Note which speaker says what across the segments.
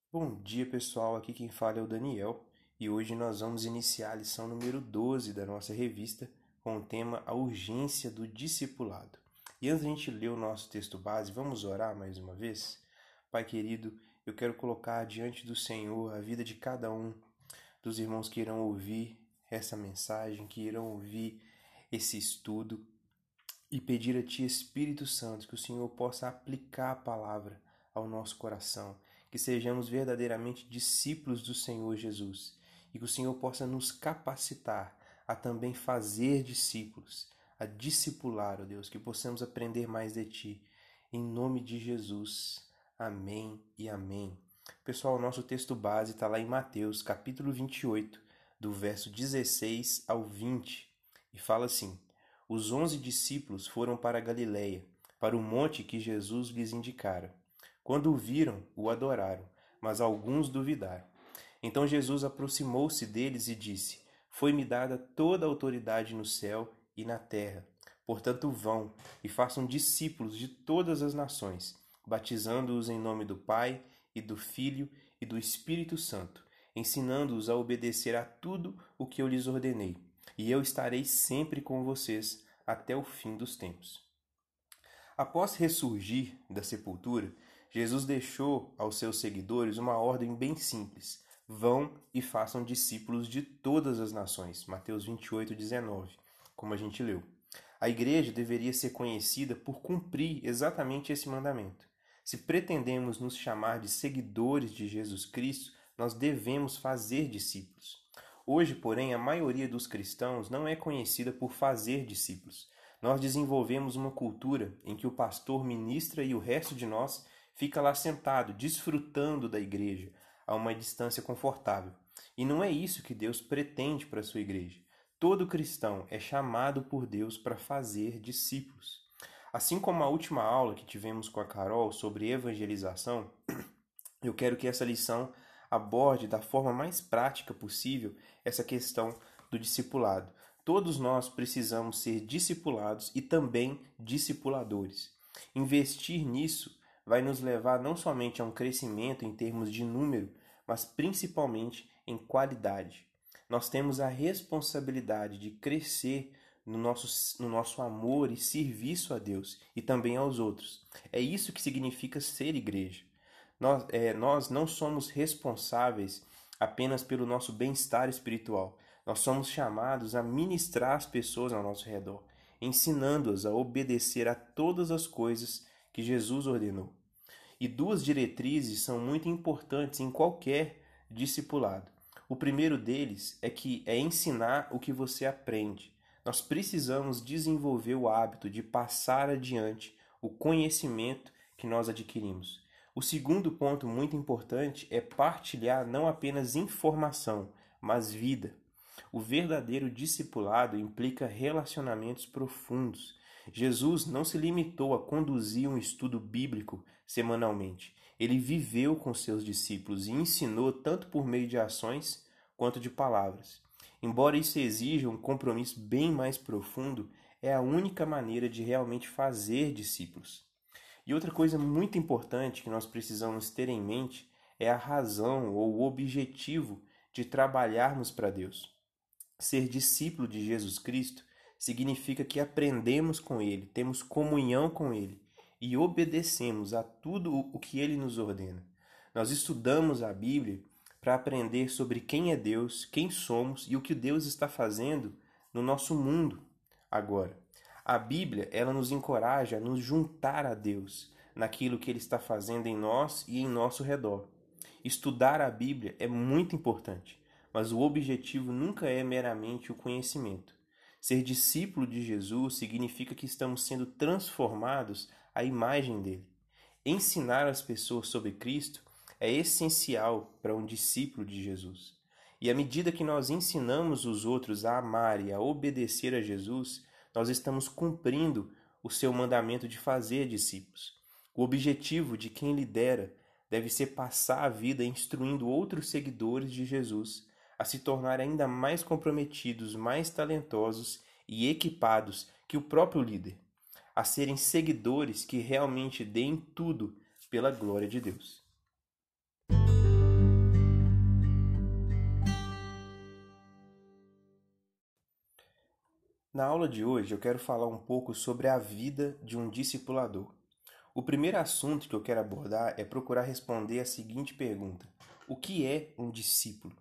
Speaker 1: Bom dia, pessoal. Aqui quem fala é o Daniel e hoje nós vamos iniciar a lição número 12 da nossa revista com o tema A Urgência do Discipulado. E antes de a gente ler o nosso texto base, vamos orar mais uma vez? Pai querido, eu quero colocar diante do Senhor a vida de cada um dos irmãos que irão ouvir essa mensagem, que irão ouvir esse estudo e pedir a Ti, Espírito Santo, que o Senhor possa aplicar a palavra ao nosso coração, que sejamos verdadeiramente discípulos do Senhor Jesus e que o Senhor possa nos capacitar a também fazer discípulos, a discipular, ó Deus, que possamos aprender mais de Ti. Em nome de Jesus. Amém e amém. Pessoal, o nosso texto base está lá em Mateus, capítulo 28, do verso 16 ao 20, e fala assim: Os 11 discípulos foram para a Galiléia, para o monte que Jesus lhes indicara. Quando o viram, o adoraram, mas alguns duvidaram. Então Jesus aproximou-se deles e disse: Foi-me dada toda a autoridade no céu e na terra. Portanto, vão e façam discípulos de todas as nações, batizando-os em nome do Pai e do Filho e do Espírito Santo, ensinando-os a obedecer a tudo o que eu lhes ordenei. E eu estarei sempre com vocês até o fim dos tempos. Após ressurgir da sepultura, Jesus deixou aos seus seguidores uma ordem bem simples: vão e façam discípulos de todas as nações. Mateus 28:19, como a gente leu. A igreja deveria ser conhecida por cumprir exatamente esse mandamento. Se pretendemos nos chamar de seguidores de Jesus Cristo, nós devemos fazer discípulos. Hoje, porém, a maioria dos cristãos não é conhecida por fazer discípulos. Nós desenvolvemos uma cultura em que o pastor ministra e o resto de nós fica lá sentado, desfrutando da igreja, a uma distância confortável. E não é isso que Deus pretende para a sua igreja. Todo cristão é chamado por Deus para fazer discípulos. Assim como a última aula que tivemos com a Carol sobre evangelização, eu quero que essa lição aborde da forma mais prática possível essa questão do discipulado. Todos nós precisamos ser discipulados e também discipuladores. Investir nisso vai nos levar não somente a um crescimento em termos de número, mas principalmente em qualidade. Nós temos a responsabilidade de crescer no nosso amor e serviço a Deus e também aos outros. É isso que significa ser igreja. Nós não somos responsáveis apenas pelo nosso bem-estar espiritual. Nós somos chamados a ministrar as pessoas ao nosso redor, ensinando-as a obedecer a todas as coisas que Jesus ordenou. E duas diretrizes são muito importantes em qualquer discipulado. O primeiro deles é ensinar o que você aprende. Nós precisamos desenvolver o hábito de passar adiante o conhecimento que nós adquirimos. O segundo ponto muito importante é partilhar não apenas informação, mas vida. O verdadeiro discipulado implica relacionamentos profundos. Jesus não se limitou a conduzir um estudo bíblico semanalmente. Ele viveu com seus discípulos e ensinou tanto por meio de ações quanto de palavras. Embora isso exija um compromisso bem mais profundo, é a única maneira de realmente fazer discípulos. E outra coisa muito importante que nós precisamos ter em mente é a razão ou o objetivo de trabalharmos para Deus. Ser discípulo de Jesus Cristo significa que aprendemos com Ele, temos comunhão com Ele e obedecemos a tudo o que Ele nos ordena. Nós estudamos a Bíblia para aprender sobre quem é Deus, quem somos e o que Deus está fazendo no nosso mundo agora. A Bíblia, ela nos encoraja a nos juntar a Deus naquilo que Ele está fazendo em nós e em nosso redor. Estudar a Bíblia é muito importante, mas o objetivo nunca é meramente o conhecimento. Ser discípulo de Jesus significa que estamos sendo transformados à imagem dele. Ensinar as pessoas sobre Cristo é essencial para um discípulo de Jesus. E à medida que nós ensinamos os outros a amar e a obedecer a Jesus, nós estamos cumprindo o seu mandamento de fazer discípulos. O objetivo de quem lidera deve ser passar a vida instruindo outros seguidores de Jesus a se tornar ainda mais comprometidos, mais talentosos e equipados que o próprio líder, a serem seguidores que realmente deem tudo pela glória de Deus. Na aula de hoje eu quero falar um pouco sobre a vida de um discipulador. O primeiro assunto que eu quero abordar é procurar responder a seguinte pergunta: o que é um discípulo?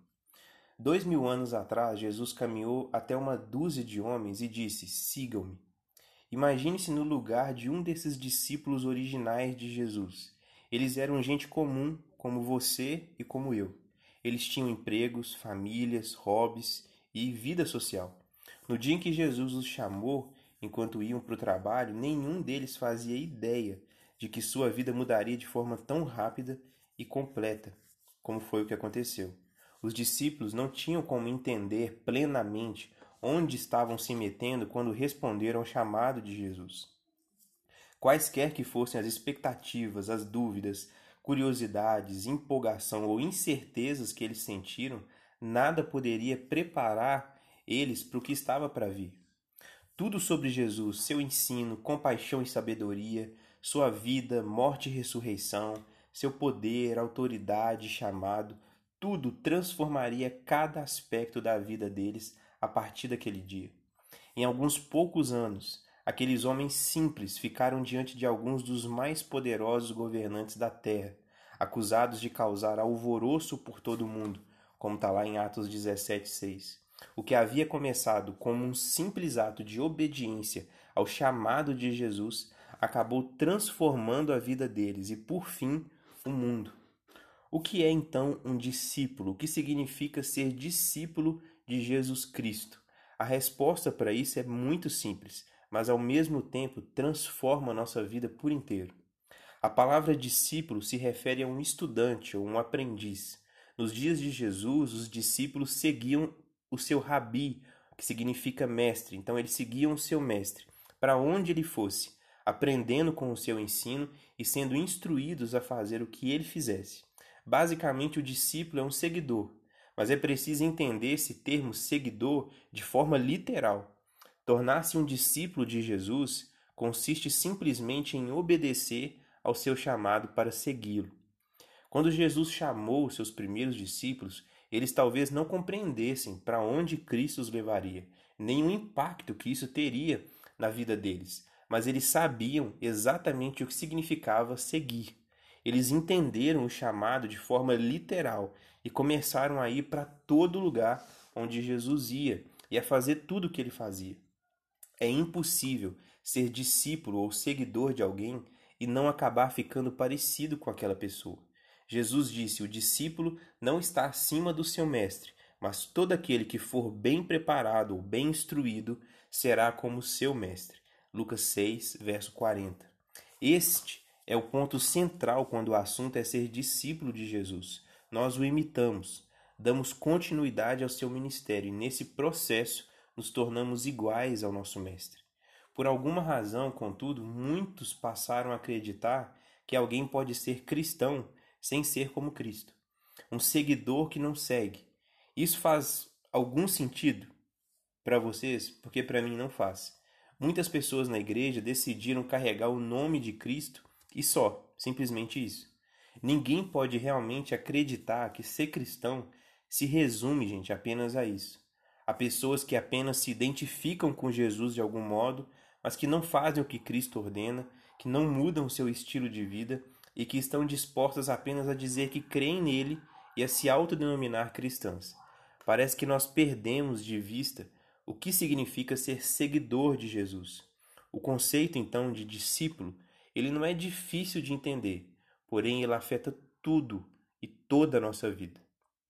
Speaker 1: 2000 anos atrás, Jesus caminhou até uma dúzia de homens e disse: sigam-me. Imagine-se no lugar de um desses discípulos originais de Jesus. Eles eram gente comum, como você e como eu. Eles tinham empregos, famílias, hobbies e vida social. No dia em que Jesus os chamou, enquanto iam para o trabalho, nenhum deles fazia ideia de que sua vida mudaria de forma tão rápida e completa, como foi o que aconteceu. Os discípulos não tinham como entender plenamente onde estavam se metendo quando responderam ao chamado de Jesus. Quaisquer que fossem as expectativas, as dúvidas, curiosidades, empolgação ou incertezas que eles sentiram, nada poderia preparar eles para o que estava para vir. Tudo sobre Jesus, seu ensino, compaixão e sabedoria, sua vida, morte e ressurreição, seu poder, autoridade e chamado, tudo transformaria cada aspecto da vida deles a partir daquele dia. Em alguns poucos anos, aqueles homens simples ficaram diante de alguns dos mais poderosos governantes da terra, acusados de causar alvoroço por todo o mundo, como está lá em Atos 17:6. O que havia começado como um simples ato de obediência ao chamado de Jesus acabou transformando a vida deles e, por fim, o mundo. O que é então um discípulo? O que significa ser discípulo de Jesus Cristo? A resposta para isso é muito simples, mas ao mesmo tempo transforma a nossa vida por inteiro. A palavra discípulo se refere a um estudante ou um aprendiz. Nos dias de Jesus, os discípulos seguiam o seu rabi, que significa mestre. Então, eles seguiam o seu mestre, para onde ele fosse, aprendendo com o seu ensino e sendo instruídos a fazer o que ele fizesse. Basicamente, o discípulo é um seguidor, mas é preciso entender esse termo seguidor de forma literal. Tornar-se um discípulo de Jesus consiste simplesmente em obedecer ao seu chamado para segui-lo. Quando Jesus chamou os seus primeiros discípulos, eles talvez não compreendessem para onde Cristo os levaria, nem o impacto que isso teria na vida deles, mas eles sabiam exatamente o que significava seguir. Eles entenderam o chamado de forma literal e começaram a ir para todo lugar onde Jesus ia e a fazer tudo o que ele fazia. É impossível ser discípulo ou seguidor de alguém e não acabar ficando parecido com aquela pessoa. Jesus disse: o discípulo não está acima do seu mestre, mas todo aquele que for bem preparado ou bem instruído será como seu mestre. Lucas 6, verso 40. Este é o ponto central quando o assunto é ser discípulo de Jesus. Nós o imitamos, damos continuidade ao seu ministério e nesse processo nos tornamos iguais ao nosso mestre. Por alguma razão, contudo, muitos passaram a acreditar que alguém pode ser cristão sem ser como Cristo. Um seguidor que não segue. Isso faz algum sentido para vocês? Porque para mim não faz. Muitas pessoas na igreja decidiram carregar o nome de Cristo e só, simplesmente isso. Ninguém pode realmente acreditar que ser cristão se resume, gente, apenas a isso. Há pessoas que apenas se identificam com Jesus de algum modo, mas que não fazem o que Cristo ordena, que não mudam seu estilo de vida e que estão dispostas apenas a dizer que creem nele e a se autodenominar cristãs. Parece que nós perdemos de vista o que significa ser seguidor de Jesus. O conceito, então, de discípulo, ele não é difícil de entender, porém ele afeta tudo e toda a nossa vida.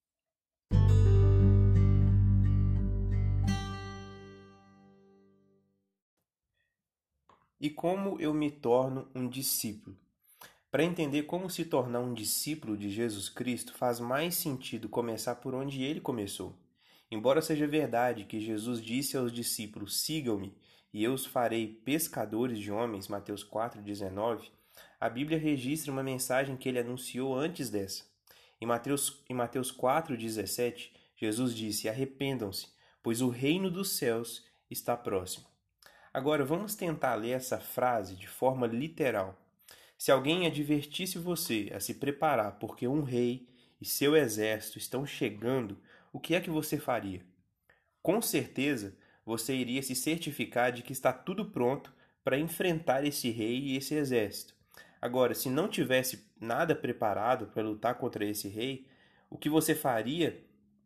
Speaker 1: E como eu me torno um discípulo? Para entender como se tornar um discípulo de Jesus Cristo, faz mais sentido começar por onde ele começou. Embora seja verdade que Jesus disse aos discípulos: sigam-me e eu os farei pescadores de homens, Mateus 4,19, a Bíblia registra uma mensagem que ele anunciou antes dessa. Em Mateus 4,17, Jesus disse: arrependam-se, pois o reino dos céus está próximo. Agora, vamos tentar ler essa frase de forma literal. Se alguém advertisse você a se preparar porque um rei e seu exército estão chegando, o que é que você faria? Com certeza, você iria se certificar de que está tudo pronto para enfrentar esse rei e esse exército. Agora, se não tivesse nada preparado para lutar contra esse rei, o que você faria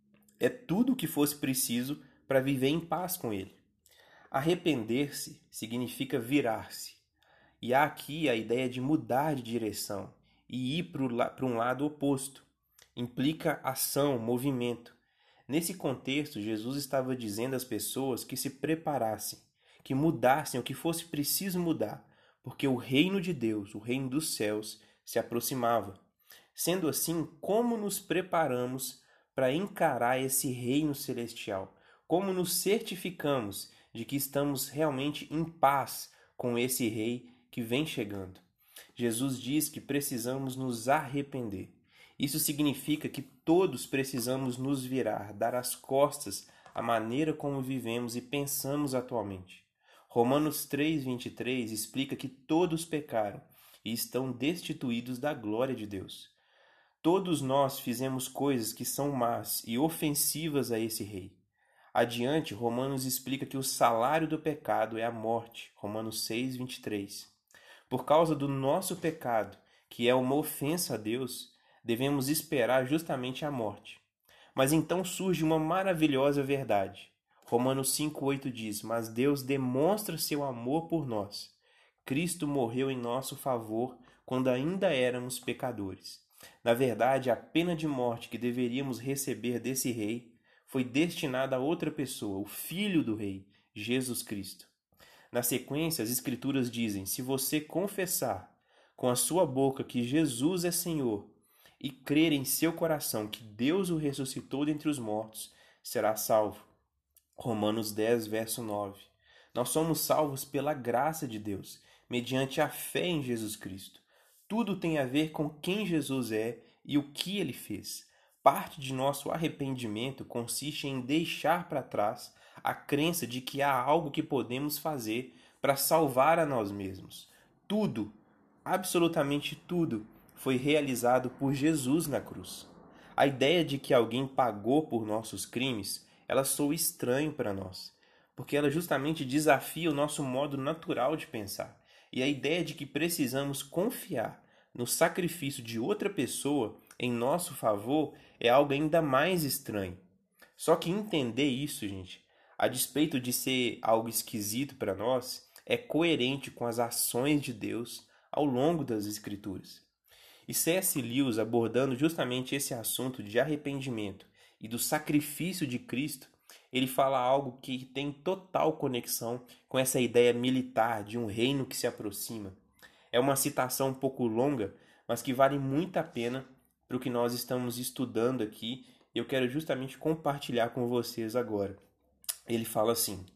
Speaker 1: é tudo o que fosse preciso para viver em paz com ele. Arrepender-se significa virar-se. E há aqui a ideia de mudar de direção e ir para um lado oposto. Implica ação, movimento. Nesse contexto, Jesus estava dizendo às pessoas que se preparassem, que mudassem o que fosse preciso mudar, porque o reino de Deus, o reino dos céus, se aproximava. Sendo assim, como nos preparamos para encarar esse reino celestial? Como nos certificamos de que estamos realmente em paz com esse rei que vem chegando? Jesus diz que precisamos nos arrepender. Isso significa que todos precisamos nos virar, dar as costas à maneira como vivemos e pensamos atualmente. Romanos 3:23 explica que todos pecaram e estão destituídos da glória de Deus. Todos nós fizemos coisas que são más e ofensivas a esse rei. Adiante, Romanos explica que o salário do pecado é a morte. Romanos 6:23. Por causa do nosso pecado, que é uma ofensa a Deus, devemos esperar justamente a morte. Mas então surge uma maravilhosa verdade. Romanos 5:8 diz: Mas Deus demonstra seu amor por nós. Cristo morreu em nosso favor quando ainda éramos pecadores. Na verdade, a pena de morte que deveríamos receber desse rei foi destinada a outra pessoa, o Filho do Rei, Jesus Cristo. Na sequência, as Escrituras dizem: se você confessar com a sua boca que Jesus é Senhor e crer em seu coração que Deus o ressuscitou dentre os mortos, será salvo. Romanos 10, verso 9. Nós somos salvos pela graça de Deus, mediante a fé em Jesus Cristo. Tudo tem a ver com quem Jesus é e o que ele fez. Parte de nosso arrependimento consiste em deixar para trás a crença de que há algo que podemos fazer para salvar a nós mesmos. Tudo, absolutamente tudo, foi realizado por Jesus na cruz. A ideia de que alguém pagou por nossos crimes, ela soa estranho para nós, porque ela justamente desafia o nosso modo natural de pensar. E a ideia de que precisamos confiar no sacrifício de outra pessoa em nosso favor é algo ainda mais estranho. Só que entender isso, gente, a despeito de ser algo esquisito para nós, é coerente com as ações de Deus ao longo das Escrituras. E C.S. Lewis, abordando justamente esse assunto de arrependimento e do sacrifício de Cristo, ele fala algo que tem total conexão com essa ideia militar de um reino que se aproxima. É uma citação um pouco longa, mas que vale muito a pena para o que nós estamos estudando aqui. Eu quero justamente compartilhar com vocês agora. Ele fala assim: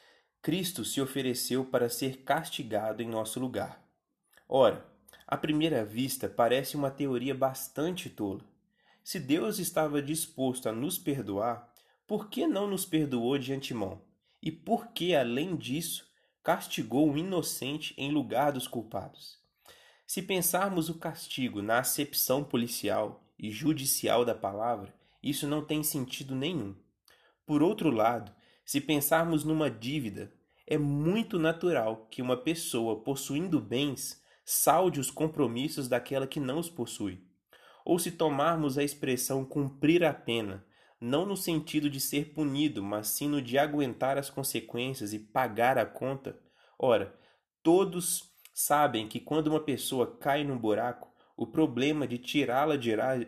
Speaker 1: Cristo se ofereceu para ser castigado em nosso lugar. Ora, à primeira vista parece uma teoria bastante tola. Se Deus estava disposto a nos perdoar, por que não nos perdoou de antemão? E por que, além disso, castigou o inocente em lugar dos culpados? Se pensarmos o castigo na acepção policial e judicial da palavra, isso não tem sentido nenhum. Por outro lado, se pensarmos numa dívida, é muito natural que uma pessoa possuindo bens salde os compromissos daquela que não os possui. Ou se tomarmos a expressão cumprir a pena, não no sentido de ser punido, mas sim no de aguentar as consequências e pagar a conta, ora, todos sabem que quando uma pessoa cai num buraco, o problema de tirá-la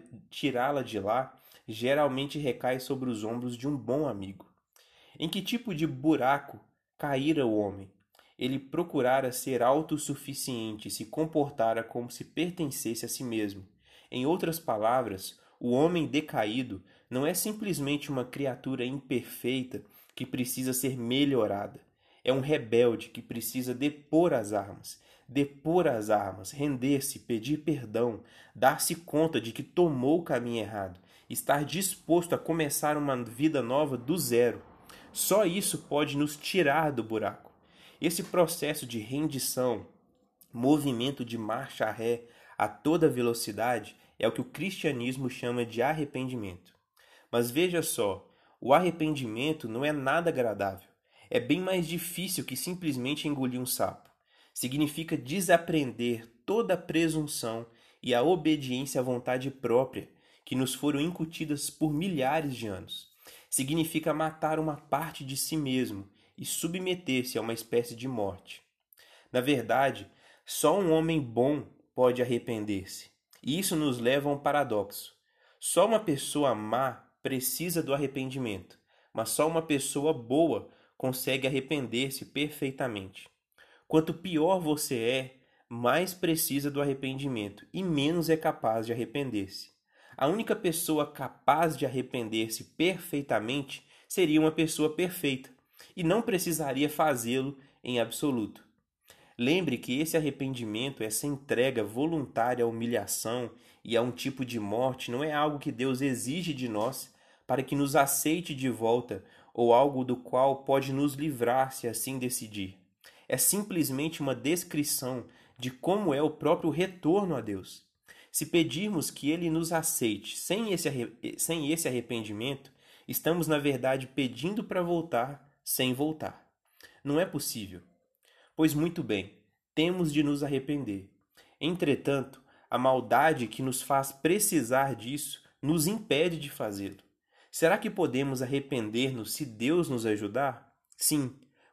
Speaker 1: de lá geralmente recai sobre os ombros de um bom amigo. Em que tipo de buraco caíra o homem? Ele procurara ser autossuficiente e se comportara como se pertencesse a si mesmo. Em outras palavras, o homem decaído não é simplesmente uma criatura imperfeita que precisa ser melhorada. É um rebelde que precisa depor as armas, render-se, pedir perdão, dar-se conta de que tomou o caminho errado, estar disposto a começar uma vida nova do zero. Só isso pode nos tirar do buraco. Esse processo de rendição, movimento de marcha ré a toda velocidade, é o que o cristianismo chama de arrependimento. Mas veja só, o arrependimento não é nada agradável. É bem mais difícil que simplesmente engolir um sapo. Significa desaprender toda a presunção e a obediência à vontade própria que nos foram incutidas por milhares de anos. Significa matar uma parte de si mesmo e submeter-se a uma espécie de morte. Na verdade, só um homem bom pode arrepender-se. E isso nos leva a um paradoxo. Só uma pessoa má precisa do arrependimento, mas só uma pessoa boa consegue arrepender-se perfeitamente. Quanto pior você é, mais precisa do arrependimento e menos é capaz de arrepender-se. A única pessoa capaz de arrepender-se perfeitamente seria uma pessoa perfeita e não precisaria fazê-lo em absoluto. Lembre que esse arrependimento, essa entrega voluntária à humilhação e a um tipo de morte não é algo que Deus exige de nós para que nos aceite de volta ou algo do qual pode nos livrar se assim decidir. É simplesmente uma descrição de como é o próprio retorno a Deus. Se pedirmos que Ele nos aceite sem esse arrependimento, estamos na verdade pedindo para voltar sem voltar. Não é possível. Pois muito bem, temos de nos arrepender. Entretanto, a maldade que nos faz precisar disso nos impede de fazê-lo. Será que podemos arrepender-nos se Deus nos ajudar? Sim,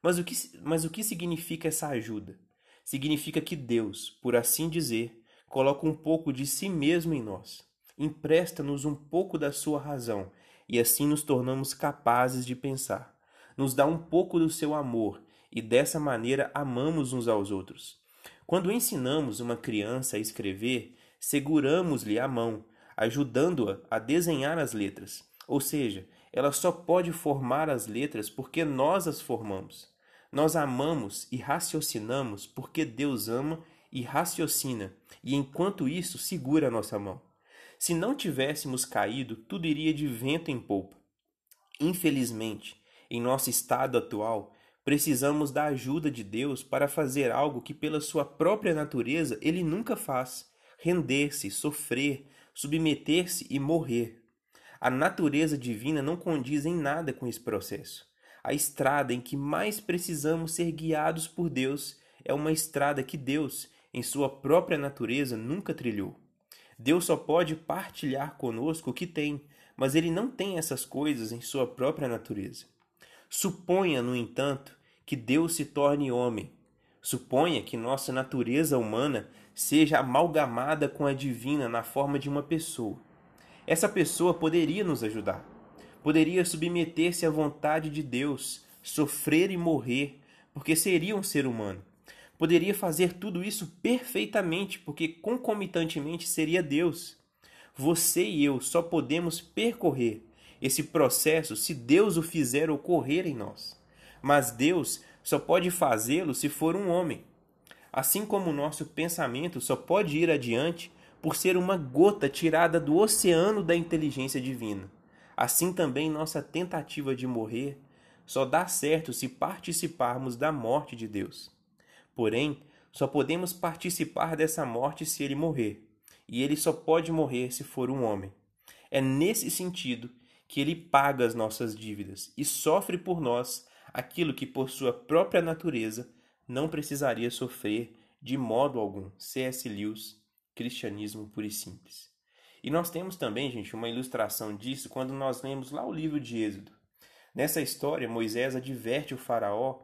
Speaker 1: mas o que significa essa ajuda? Significa que Deus, por assim dizer, coloca um pouco de si mesmo em nós, empresta-nos um pouco da sua razão e assim nos tornamos capazes de pensar. Nos dá um pouco do seu amor e dessa maneira amamos uns aos outros. Quando ensinamos uma criança a escrever, seguramos-lhe a mão, ajudando-a a desenhar as letras. Ou seja, ela só pode formar as letras porque nós as formamos. Nós amamos e raciocinamos porque Deus ama e raciocina, e enquanto isso segura a nossa mão. Se não tivéssemos caído, tudo iria de vento em polpa. Infelizmente, em nosso estado atual, precisamos da ajuda de Deus para fazer algo que, pela sua própria natureza, Ele nunca faz: render-se, sofrer, submeter-se e morrer. A natureza divina não condiz em nada com esse processo. A estrada em que mais precisamos ser guiados por Deus é uma estrada que Deus, em sua própria natureza, nunca trilhou. Deus só pode partilhar conosco o que tem, mas Ele não tem essas coisas em sua própria natureza. Suponha, no entanto, que Deus se torne homem. Suponha que nossa natureza humana seja amalgamada com a divina na forma de uma pessoa. Essa pessoa poderia nos ajudar. Poderia submeter-se à vontade de Deus, sofrer e morrer, porque seria um ser humano. Poderia fazer tudo isso perfeitamente, porque concomitantemente seria Deus. Você e eu só podemos percorrer esse processo se Deus o fizer ocorrer em nós. Mas Deus só pode fazê-lo se for um homem. Assim como o nosso pensamento só pode ir adiante por ser uma gota tirada do oceano da inteligência divina, assim também nossa tentativa de morrer só dá certo se participarmos da morte de Deus. Porém, só podemos participar dessa morte se ele morrer, e ele só pode morrer se for um homem. É nesse sentido que ele paga as nossas dívidas e sofre por nós aquilo que, por sua própria natureza, não precisaria sofrer de modo algum. C.S. Lewis, Cristianismo Puro e Simples. E nós temos também, gente, uma ilustração disso quando nós lemos lá o livro de Êxodo. Nessa história, Moisés adverte o faraó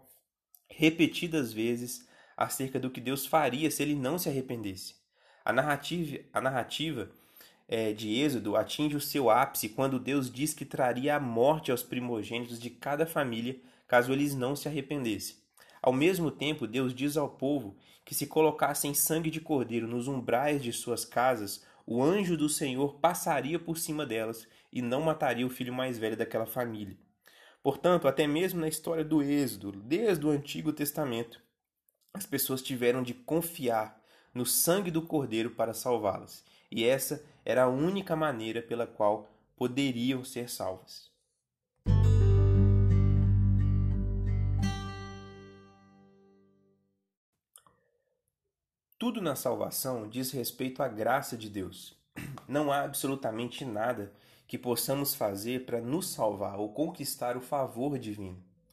Speaker 1: repetidas vezes acerca do que Deus faria se ele não se arrependesse. A narrativa de Êxodo atinge o seu ápice quando Deus diz que traria a morte aos primogênitos de cada família caso eles não se arrependessem. Ao mesmo tempo, Deus diz ao povo que se colocassem sangue de cordeiro nos umbrais de suas casas, o anjo do Senhor passaria por cima delas e não mataria o filho mais velho daquela família. Portanto, até mesmo na história do Êxodo, desde o Antigo Testamento, as pessoas tiveram de confiar no sangue do cordeiro para salvá-las. E essa era a única maneira pela qual poderiam ser salvas. Tudo na salvação diz respeito à graça de Deus. Não há absolutamente nada que possamos fazer para nos salvar ou conquistar o favor divino.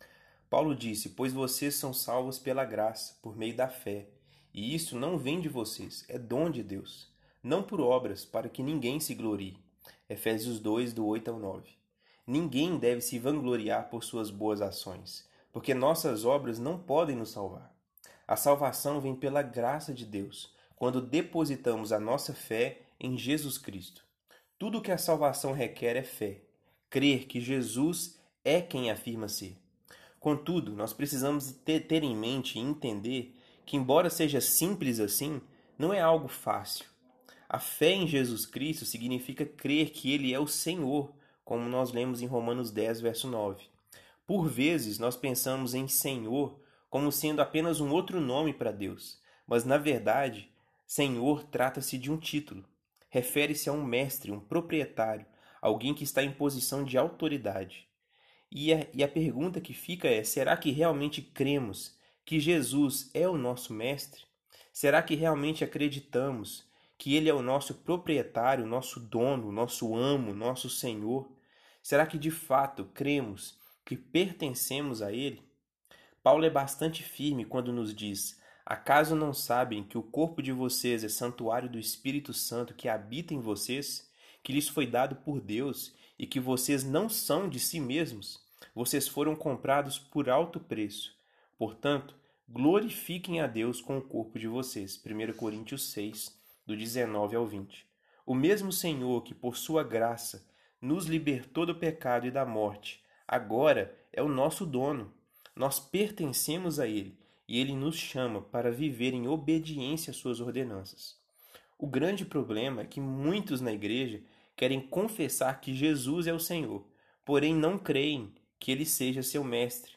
Speaker 1: Paulo disse: "Pois vocês são salvos pela graça, por meio da fé. E isso não vem de vocês, é dom de Deus, não por obras, para que ninguém se glorie." Efésios 2, do 8 ao 9. Ninguém deve se vangloriar por suas boas ações, porque nossas obras não podem nos salvar. A salvação vem pela graça de Deus, quando depositamos a nossa fé em Jesus Cristo. Tudo o que a salvação requer é fé, crer que Jesus é quem afirma ser. Contudo, nós precisamos ter em mente e entender que, embora seja simples assim, não é algo fácil. A fé em Jesus Cristo significa crer que Ele é o Senhor, como nós lemos em Romanos 10, verso 9. Por vezes, nós pensamos em Senhor como sendo apenas um outro nome para Deus, mas, na verdade, Senhor trata-se de um título. Refere-se a um mestre, um proprietário, alguém que está em posição de autoridade. E a pergunta que fica é: será que realmente cremos que Jesus é o nosso mestre? Será que realmente acreditamos que Ele é o nosso proprietário, nosso dono, nosso amo, nosso Senhor? Será que de fato cremos que pertencemos a Ele? Paulo é bastante firme quando nos diz: acaso não sabem que o corpo de vocês é santuário do Espírito Santo que habita em vocês, que lhes foi dado por Deus e que vocês não são de si mesmos? Vocês foram comprados por alto preço. Portanto, glorifiquem a Deus com o corpo de vocês. 1 Coríntios 6, do 19 ao 20. O mesmo Senhor que, por sua graça, nos libertou do pecado e da morte, agora é o nosso dono. Nós pertencemos a Ele e Ele nos chama para viver em obediência às suas ordenanças. O grande problema é que muitos na igreja querem confessar que Jesus é o Senhor, porém não creem que Ele seja seu mestre.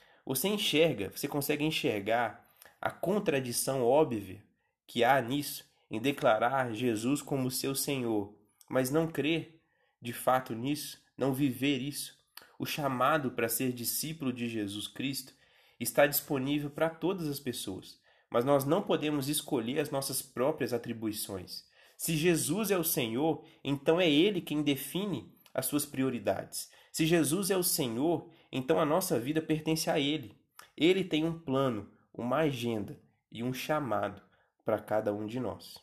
Speaker 1: Você consegue enxergar a contradição óbvia que há nisso, em declarar Jesus como seu Senhor, mas não crer de fato nisso, não viver isso? O chamado para ser discípulo de Jesus Cristo está disponível para todas as pessoas, mas nós não podemos escolher as nossas próprias atribuições. Se Jesus é o Senhor, então é Ele quem define as suas prioridades. Se Jesus é o Senhor, então a nossa vida pertence a Ele. Ele tem um plano, uma agenda e um chamado para cada um de nós.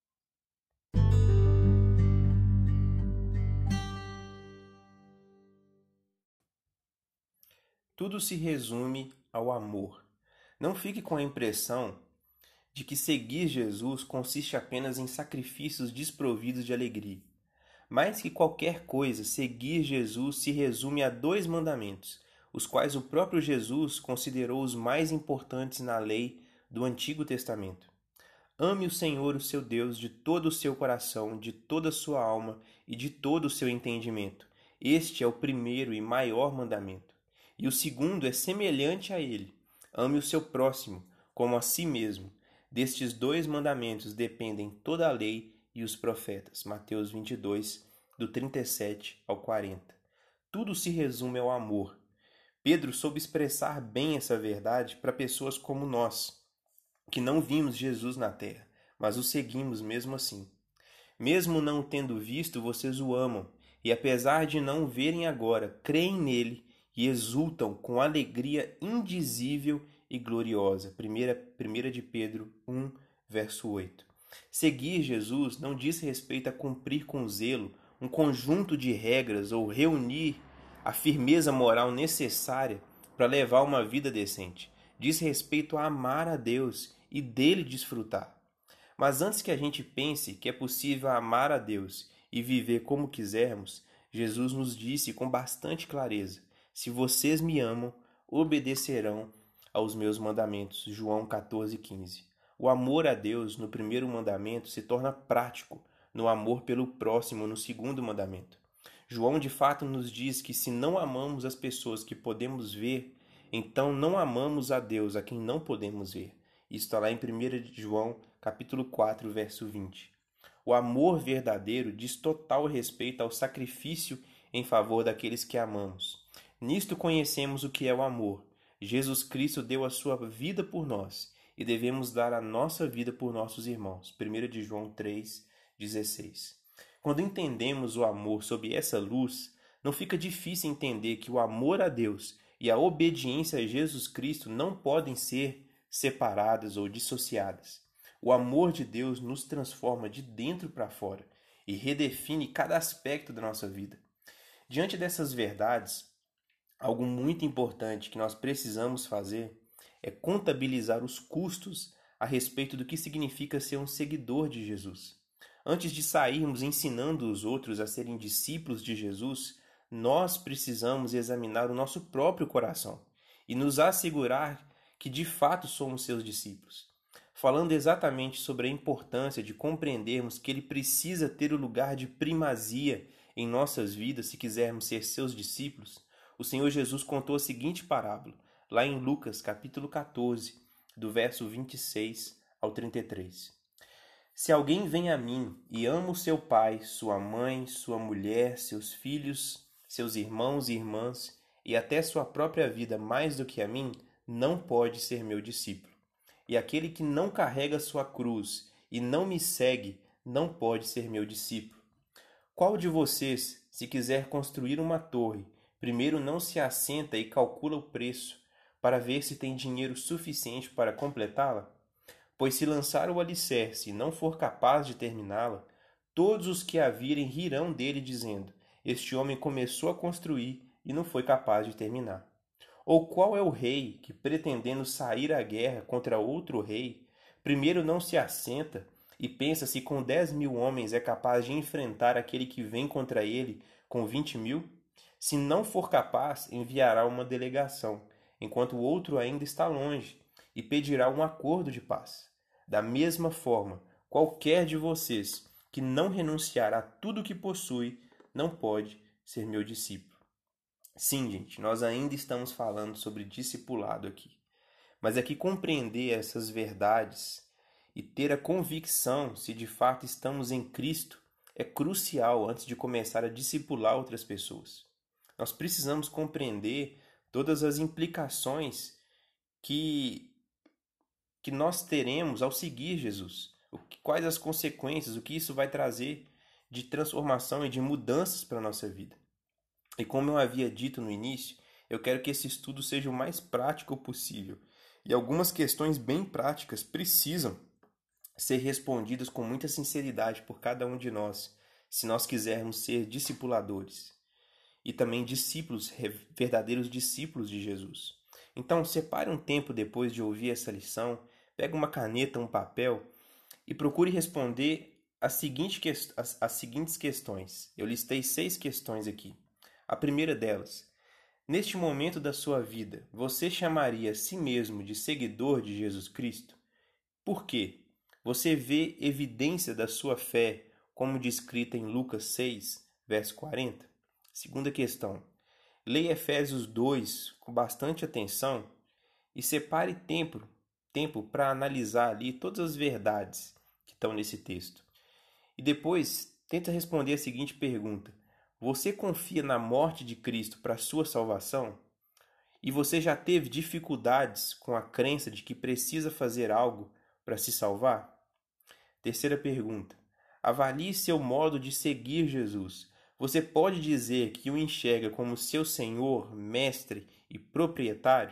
Speaker 1: Tudo se resume ao amor. Não fique com a impressão de que seguir Jesus consiste apenas em sacrifícios desprovidos de alegria. Mais que qualquer coisa, seguir Jesus se resume a 2 mandamentos, os quais o próprio Jesus considerou os mais importantes na lei do Antigo Testamento. Ame o Senhor, o seu Deus, de todo o seu coração, de toda a sua alma e de todo o seu entendimento. Este é o primeiro e maior mandamento. E o segundo é semelhante a ele: ame o seu próximo como a si mesmo. Destes 2 mandamentos dependem toda a lei e os profetas. Mateus 22, do 37 ao 40. Tudo se resume ao amor. Pedro soube expressar bem essa verdade para pessoas como nós, que não vimos Jesus na terra, mas o seguimos mesmo assim. Mesmo não o tendo visto, vocês o amam, e apesar de não o verem agora, creem nele e exultam com alegria indizível e gloriosa. 1 de Pedro 1, verso 8. Seguir Jesus não diz respeito a cumprir com zelo um conjunto de regras ou reunir a firmeza moral necessária para levar uma vida decente. Diz respeito a amar a Deus e dele desfrutar. Mas antes que a gente pense que é possível amar a Deus e viver como quisermos, Jesus nos disse com bastante clareza: se vocês me amam, obedecerão aos meus mandamentos. João 14,15. O amor a Deus no primeiro mandamento se torna prático no amor pelo próximo no segundo mandamento. João de fato nos diz que se não amamos as pessoas que podemos ver, então não amamos a Deus a quem não podemos ver. Isso está lá em 1 João capítulo 4, verso 20. O amor verdadeiro diz total respeito ao sacrifício em favor daqueles que amamos. Nisto conhecemos o que é o amor. Jesus Cristo deu a sua vida por nós e devemos dar a nossa vida por nossos irmãos. 1 de João 3,16. Quando entendemos o amor sob essa luz, não fica difícil entender que o amor a Deus e a obediência a Jesus Cristo não podem ser separadas ou dissociadas. O amor de Deus nos transforma de dentro para fora e redefine cada aspecto da nossa vida. Diante dessas verdades, algo muito importante que nós precisamos fazer é contabilizar os custos a respeito do que significa ser um seguidor de Jesus. Antes de sairmos ensinando os outros a serem discípulos de Jesus, nós precisamos examinar o nosso próprio coração e nos assegurar que de fato somos seus discípulos. Falando exatamente sobre a importância de compreendermos que ele precisa ter o lugar de primazia em nossas vidas se quisermos ser seus discípulos, o Senhor Jesus contou a seguinte parábola, lá em Lucas, capítulo 14, do verso 26 ao 33. Se alguém vem a mim e ama o seu pai, sua mãe, sua mulher, seus filhos, seus irmãos e irmãs, e até sua própria vida mais do que a mim, não pode ser meu discípulo. E aquele que não carrega sua cruz e não me segue, não pode ser meu discípulo. Qual de vocês, se quiser construir uma torre, primeiro não se assenta e calcula o preço, para ver se tem dinheiro suficiente para completá-la? Pois se lançar o alicerce e não for capaz de terminá-la, todos os que a virem rirão dele, dizendo: este homem começou a construir e não foi capaz de terminar. Ou qual é o rei que, pretendendo sair à guerra contra outro rei, primeiro não se assenta e pensa se com 10.000 homens é capaz de enfrentar aquele que vem contra ele com 20.000? Se não for capaz, enviará uma delegação, enquanto o outro ainda está longe, e pedirá um acordo de paz. Da mesma forma, qualquer de vocês que não renunciar a tudo que possui, não pode ser meu discípulo. Sim, gente, nós ainda estamos falando sobre discipulado aqui. Mas é que compreender essas verdades e ter a convicção se de fato estamos em Cristo é crucial antes de começar a discipular outras pessoas. Nós precisamos compreender todas as implicações que nós teremos ao seguir Jesus. Quais as consequências, o que isso vai trazer de transformação e de mudanças para a nossa vida. E como eu havia dito no início, eu quero que esse estudo seja o mais prático possível. E algumas questões bem práticas precisam ser respondidas com muita sinceridade por cada um de nós, se nós quisermos ser discipuladores. E também discípulos, verdadeiros discípulos de Jesus. Então, separe um tempo depois de ouvir essa lição, pegue uma caneta, um papel e procure responder as seguintes questões. Eu listei 6 questões aqui. A primeira delas: neste momento da sua vida, você chamaria a si mesmo de seguidor de Jesus Cristo? Por quê? Você vê evidência da sua fé, como descrita em Lucas 6, verso 40? Segunda questão: leia Efésios 2 com bastante atenção e separe tempo para analisar ali todas as verdades que estão nesse texto. E depois, tenta responder a seguinte pergunta: você confia na morte de Cristo para a sua salvação? E você já teve dificuldades com a crença de que precisa fazer algo para se salvar? Terceira pergunta: avalie seu modo de seguir Jesus. Você pode dizer que o enxerga como seu Senhor, Mestre e proprietário?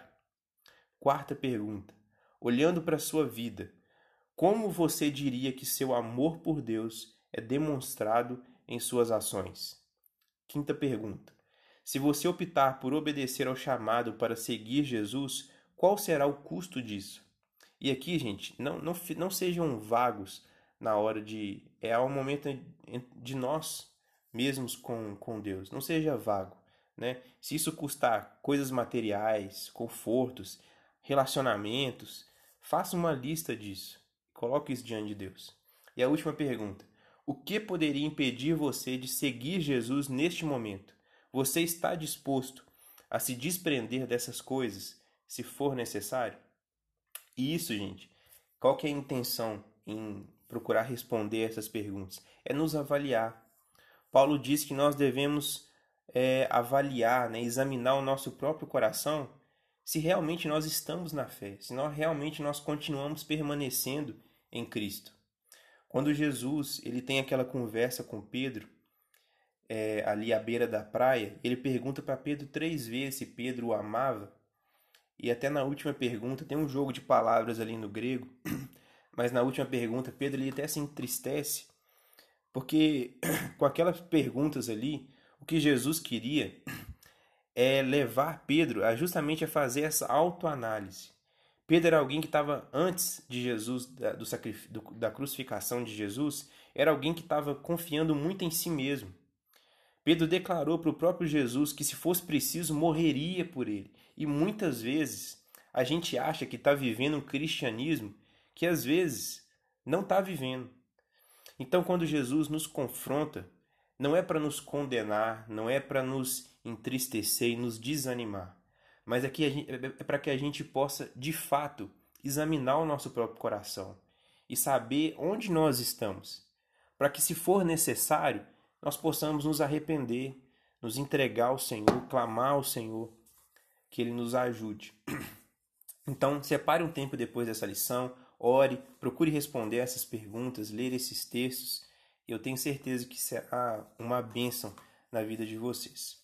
Speaker 1: Quarta pergunta: olhando para a sua vida, como você diria que seu amor por Deus é demonstrado em suas ações? Quinta pergunta: se você optar por obedecer ao chamado para seguir Jesus, qual será o custo disso? E aqui, gente, não sejam vagos na hora de... É um momento de nós mesmos com Deus. Não seja vago, né? Se isso custar coisas materiais, confortos, relacionamentos, faça uma lista disso. Coloque isso diante de Deus. E a última pergunta: o que poderia impedir você de seguir Jesus neste momento? Você está disposto a se desprender dessas coisas, se for necessário? E isso, gente, qual que é a intenção em procurar responder essas perguntas? É nos avaliar. Paulo diz que nós devemos avaliar, né, examinar o nosso próprio coração, se realmente nós estamos na fé, se realmente nós continuamos permanecendo em Cristo. Quando Jesus ele tem aquela conversa com Pedro, ali à beira da praia, ele pergunta para Pedro 3 vezes se Pedro o amava. E até na última pergunta, tem um jogo de palavras ali no grego, mas na última pergunta, Pedro ele até se entristece, porque com aquelas perguntas ali, o que Jesus queria é levar Pedro a justamente a fazer essa autoanálise. Pedro era alguém que estava antes de Jesus, da crucificação de Jesus, era alguém que estava confiando muito em si mesmo. Pedro declarou para o próprio Jesus que, se fosse preciso, morreria por ele. E muitas vezes a gente acha que está vivendo um cristianismo que às vezes não está vivendo. Então, quando Jesus nos confronta, não é para nos condenar, não é para nos entristecer e nos desanimar, mas é para que a gente possa, de fato, examinar o nosso próprio coração e saber onde nós estamos, para que, se for necessário, nós possamos nos arrepender, nos entregar ao Senhor, clamar ao Senhor, que Ele nos ajude. Então, separe um tempo depois dessa lição, ore, procure responder essas perguntas, ler esses textos. Eu tenho certeza que será uma bênção na vida de vocês.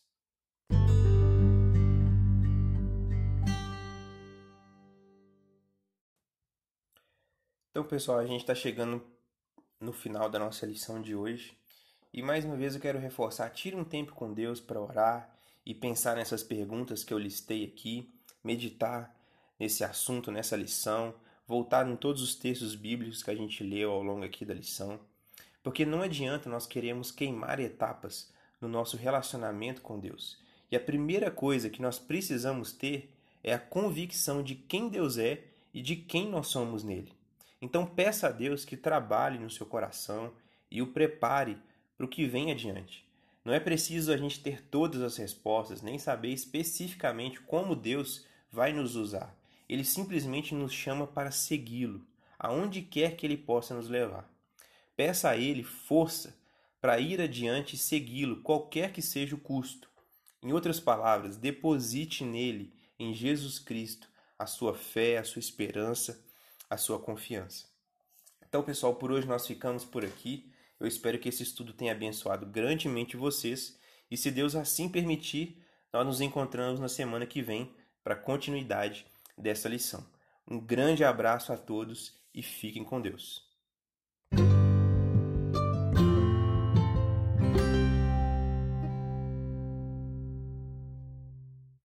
Speaker 1: Então, pessoal, a gente está chegando no final da nossa lição de hoje. E mais uma vez eu quero reforçar, tire um tempo com Deus para orar e pensar nessas perguntas que eu listei aqui, meditar nesse assunto, nessa lição, voltar em todos os textos bíblicos que a gente leu ao longo aqui da lição, porque não adianta nós queremos queimar etapas no nosso relacionamento com Deus. E a primeira coisa que nós precisamos ter é a convicção de quem Deus é e de quem nós somos nele. Então peça a Deus que trabalhe no seu coração e o prepare para o que vem adiante. Não é preciso a gente ter todas as respostas, nem saber especificamente como Deus vai nos usar. Ele simplesmente nos chama para segui-lo, aonde quer que Ele possa nos levar. Peça a Ele força para ir adiante e segui-lo, qualquer que seja o custo. Em outras palavras, deposite nele, em Jesus Cristo, a sua fé, a sua esperança, a sua confiança. Então, pessoal, por hoje nós ficamos por aqui. Eu espero que esse estudo tenha abençoado grandemente vocês. E, se Deus assim permitir, nós nos encontramos na semana que vem para a continuidade dessa lição. Um grande abraço a todos e fiquem com Deus.